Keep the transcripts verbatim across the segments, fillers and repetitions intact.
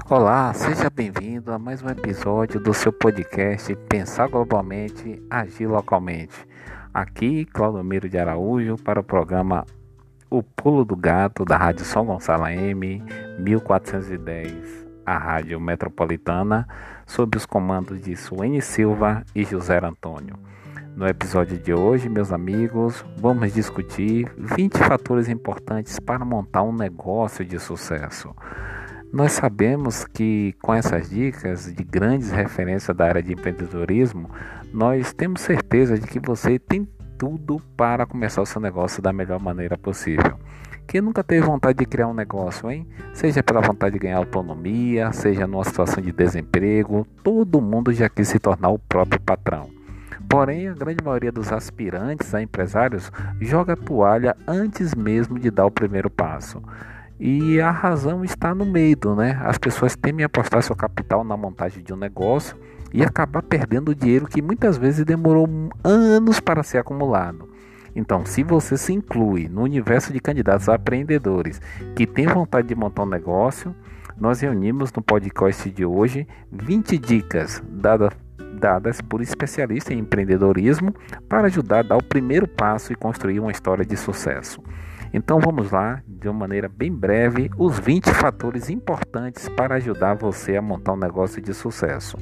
Olá, seja bem-vindo a mais um episódio do seu podcast Pensar Globalmente, Agir Localmente. Aqui, Claudomiro de Araújo, para o programa O Pulo do Gato, da Rádio São Gonçalo A M mil quatrocentos e dez, a Rádio Metropolitana, sob os comandos de Suene Silva e José Antônio. No episódio de hoje, meus amigos, vamos discutir vinte fatores importantes para montar um negócio de sucesso. Nós sabemos que com essas dicas de grandes referências da área de empreendedorismo, nós temos certeza de que você tem tudo para começar o seu negócio da melhor maneira possível. Quem nunca teve vontade de criar um negócio, hein? Seja pela vontade de ganhar autonomia, seja numa situação de desemprego, todo mundo já quis se tornar o próprio patrão. Porém, a grande maioria dos aspirantes a empresários joga a toalha antes mesmo de dar o primeiro passo. E a razão está no medo, né? As pessoas temem apostar seu capital na montagem de um negócio e acabar perdendo o dinheiro que muitas vezes demorou anos para ser acumulado. Então, se você se inclui no universo de candidatos a empreendedores que têm vontade de montar um negócio, nós reunimos no podcast de hoje vinte dicas dadas dadas por especialistas em empreendedorismo para ajudar a dar o primeiro passo e construir uma história de sucesso. Então vamos lá, de uma maneira bem breve, os vinte fatores importantes para ajudar você a montar um negócio de sucesso.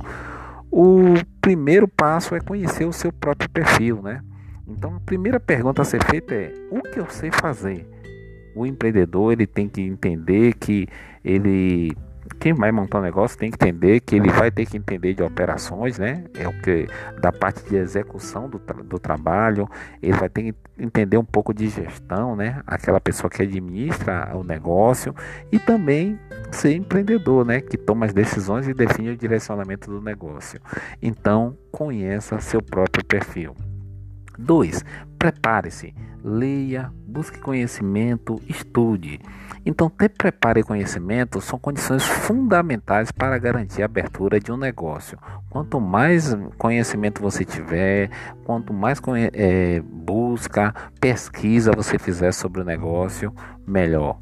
O primeiro passo é conhecer o seu próprio perfil, né? Então a primeira pergunta a ser feita é: o que eu sei fazer? O empreendedor ele tem que entender que ele... Quem vai montar um negócio tem que entender que ele vai ter que entender de operações, né? É o que da parte de execução do, tra- do trabalho. Ele vai ter que entender um pouco de gestão, né? Aquela pessoa que administra o negócio, e também ser empreendedor, né? Que toma as decisões e define o direcionamento do negócio. Então, conheça seu próprio perfil. dois. Prepare-se, leia, busque conhecimento, estude. Então, ter preparo e conhecimento são condições fundamentais para garantir a abertura de um negócio. Quanto mais conhecimento você tiver, quanto mais conhe- é, busca, pesquisa você fizer sobre o negócio, melhor.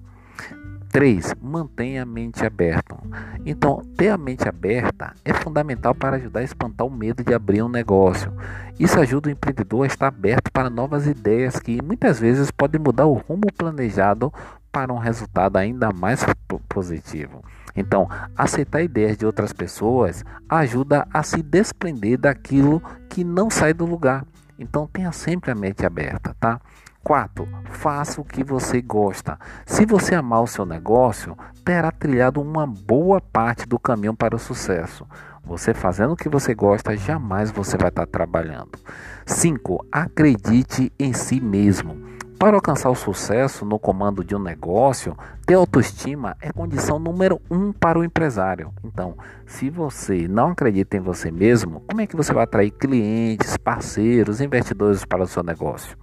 três. Mantenha a mente aberta. Então, ter a mente aberta é fundamental para ajudar a espantar o medo de abrir um negócio. Isso ajuda o empreendedor a estar aberto para novas ideias que muitas vezes podem mudar o rumo planejado para um resultado ainda mais positivo. Então, aceitar ideias de outras pessoas ajuda a se desprender daquilo que não sai do lugar. Então, tenha sempre a mente aberta, tá? quatro. Faça o que você gosta. Se você amar o seu negócio, terá trilhado uma boa parte do caminho para o sucesso. Você fazendo o que você gosta, jamais você vai estar trabalhando. cinco. Acredite em si mesmo. Para alcançar o sucesso no comando de um negócio, ter autoestima é condição número um para o empresário. Então, se você não acredita em você mesmo, como é que você vai atrair clientes, parceiros, investidores para o seu negócio?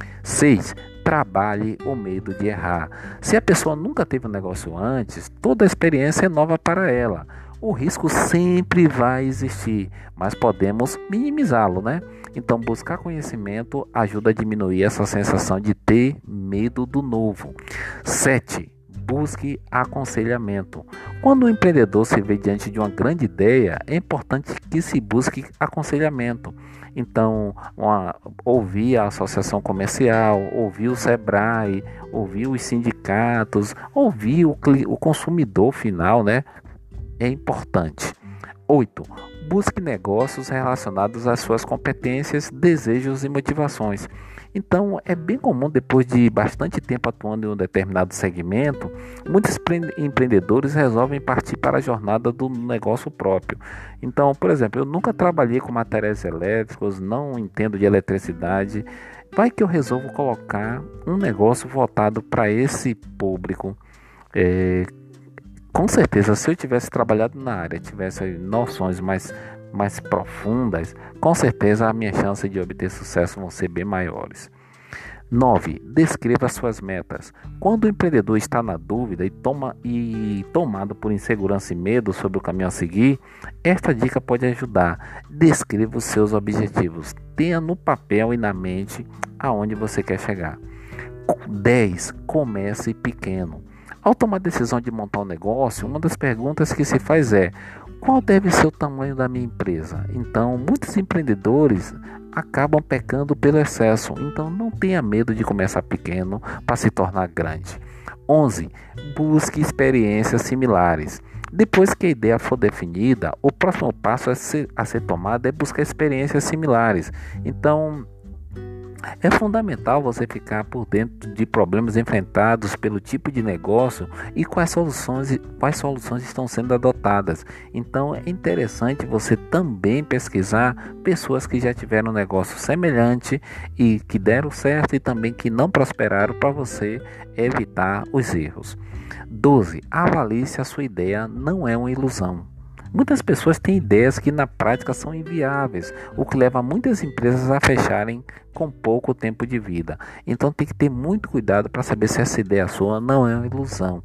seis. Trabalhe o medo de errar. Se a pessoa nunca teve um negócio antes, toda a experiência é nova para ela. O risco sempre vai existir, mas podemos minimizá-lo, né? Então, buscar conhecimento ajuda a diminuir essa sensação de ter medo do novo. sete. Busque aconselhamento. Quando o empreendedor se vê diante de uma grande ideia, é importante que se busque aconselhamento. Então, uma, ouvir a associação comercial, ouvir o Sebrae, ouvir os sindicatos, ouvir o, o consumidor final, né? É importante. oito. Busque negócios relacionados às suas competências, desejos e motivações. Então, é bem comum, depois de bastante tempo atuando em um determinado segmento, muitos empreendedores resolvem partir para a jornada do negócio próprio. Então, por exemplo, eu nunca trabalhei com materiais elétricos, não entendo de eletricidade. Vai que eu resolvo colocar um negócio voltado para esse público. É, com certeza, se eu tivesse trabalhado na área, tivesse noções mais mais profundas, com certeza a minha chance de obter sucesso vão ser bem maiores. nove. Descreva suas metas. Quando o empreendedor está na dúvida e, toma, e tomado por insegurança e medo sobre o caminho a seguir, esta dica pode ajudar. Descreva os seus objetivos. Tenha no papel e na mente aonde você quer chegar. dez. Comece pequeno. Ao tomar a decisão de montar um negócio, uma das perguntas que se faz é: qual deve ser o tamanho da minha empresa? Então, muitos empreendedores acabam pecando pelo excesso. Então, não tenha medo de começar pequeno para se tornar grande. onze. Busque experiências similares. Depois que a ideia for definida, o próximo passo a ser, a ser tomado é buscar experiências similares. Então, é fundamental você ficar por dentro de problemas enfrentados pelo tipo de negócio e quais soluções, quais soluções estão sendo adotadas. Então é interessante você também pesquisar pessoas que já tiveram um negócio semelhante e que deram certo e também que não prosperaram para você evitar os erros. doze. Avalie se a sua ideia não é uma ilusão. Muitas pessoas têm ideias que na prática são inviáveis, o que leva muitas empresas a fecharem com pouco tempo de vida. Então tem que ter muito cuidado para saber se essa ideia sua não é uma ilusão.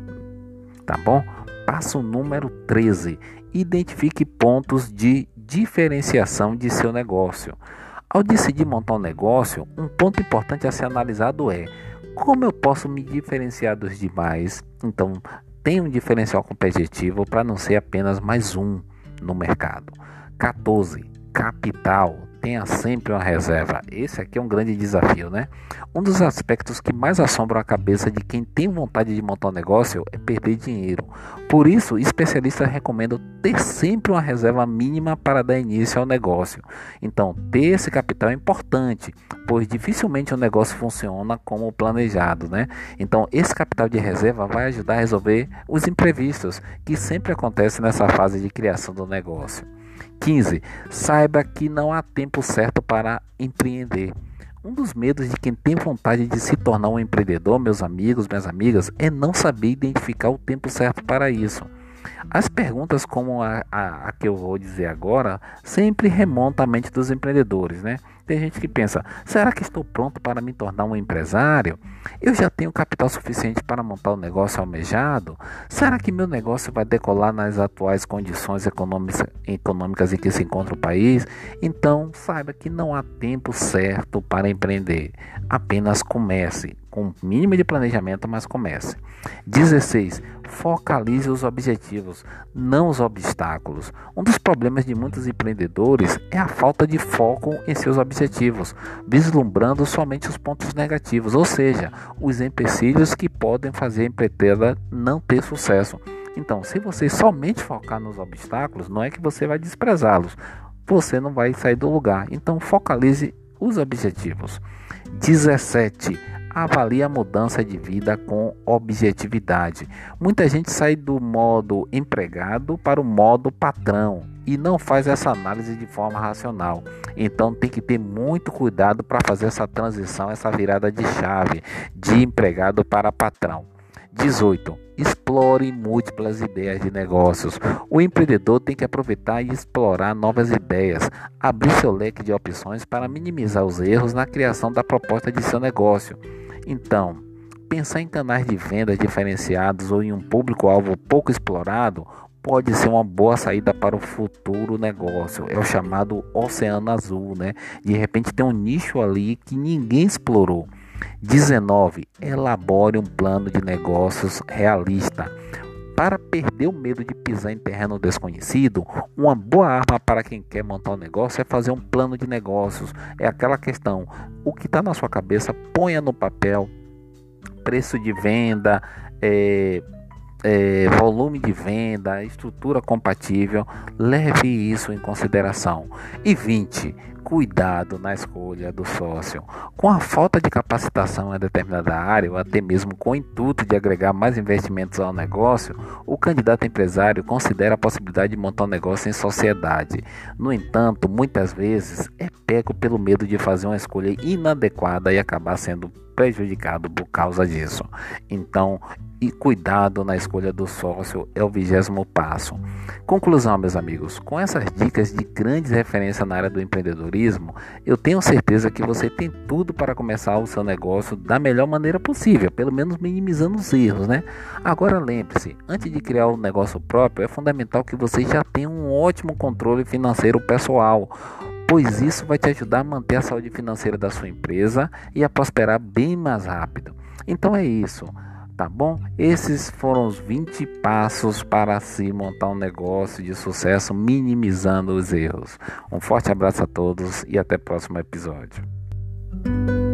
Tá bom? Passo número treze. Identifique pontos de diferenciação de seu negócio. Ao decidir montar um negócio, um ponto importante a ser analisado é: como eu posso me diferenciar dos demais? Então, tem um diferencial competitivo para não ser apenas mais um no mercado. quatorze. Capital. Tenha sempre uma reserva. Esse aqui é um grande desafio, né? Um dos aspectos que mais assombram a cabeça de quem tem vontade de montar um negócio é perder dinheiro. Por isso, especialistas recomendam ter sempre uma reserva mínima para dar início ao negócio. Então, ter esse capital é importante, pois dificilmente o negócio funciona como planejado, né? Então, esse capital de reserva vai ajudar a resolver os imprevistos que sempre acontecem nessa fase de criação do negócio. quinze. Saiba que não há tempo certo para empreender. Um dos medos de quem tem vontade de se tornar um empreendedor, meus amigos, minhas amigas, é não saber identificar o tempo certo para isso. As perguntas como a, a, a que eu vou dizer agora sempre remontam à mente dos empreendedores, né? Tem gente que pensa: será que estou pronto para me tornar um empresário? Eu já tenho capital suficiente para montar o negócio almejado? Será que meu negócio vai decolar nas atuais condições econômicas, econômicas em que se encontra o país? Então, saiba que não há tempo certo para empreender. Apenas comece, com o mínimo de planejamento, mas comece. dezesseis. Focalize os objetivos, não os obstáculos. Um dos problemas de muitos empreendedores é a falta de foco em seus objetivos, vislumbrando somente os pontos negativos, ou seja, os empecilhos que podem fazer a empreiteira não ter sucesso. Então, se você somente focar nos obstáculos, não é que você vai desprezá-los, você não vai sair do lugar. Então, focalize os objetivos. dezessete. Avalie a mudança de vida com objetividade. Muita gente sai do modo empregado para o modo patrão e não faz essa análise de forma racional. Então tem que ter muito cuidado para fazer essa transição, essa virada de chave de empregado para patrão. dezoito. Explore múltiplas ideias de negócios. O empreendedor tem que aproveitar e explorar novas ideias, abrir seu leque de opções para minimizar os erros na criação da proposta de seu negócio. Então, pensar em canais de venda diferenciados ou em um público-alvo pouco explorado pode ser uma boa saída para o futuro negócio. É o chamado oceano azul, né? De repente tem um nicho ali que ninguém explorou. dezenove. Elabore um plano de negócios realista. Para perder o medo de pisar em terreno desconhecido, uma boa arma para quem quer montar um negócio é fazer um plano de negócios. É aquela questão: o que está na sua cabeça, ponha no papel. Preço de venda, é, é, volume de venda, estrutura compatível, leve isso em consideração. E vinte. Cuidado na escolha do sócio. Com a falta de capacitação em determinada área, ou até mesmo com o intuito de agregar mais investimentos ao negócio, o candidato empresário considera a possibilidade de montar um negócio em sociedade. No entanto, muitas vezes é pego pelo medo de fazer uma escolha inadequada e acabar sendo prejudicado por causa disso. Então, e cuidado na escolha do sócio é o vigésimo passo. Conclusão, meus amigos, com essas dicas de grandes referências na área do empreendedorismo, eu tenho certeza que você tem tudo para começar o seu negócio da melhor maneira possível, pelo menos minimizando os erros, né? Agora lembre-se, antes de criar um negócio próprio, é fundamental que você já tenha um ótimo controle financeiro pessoal, pois isso vai te ajudar a manter a saúde financeira da sua empresa e a prosperar bem mais rápido. Então é isso. Tá bom? Esses foram os vinte passos para se montar um negócio de sucesso, minimizando os erros. Um forte abraço a todos e até o próximo episódio.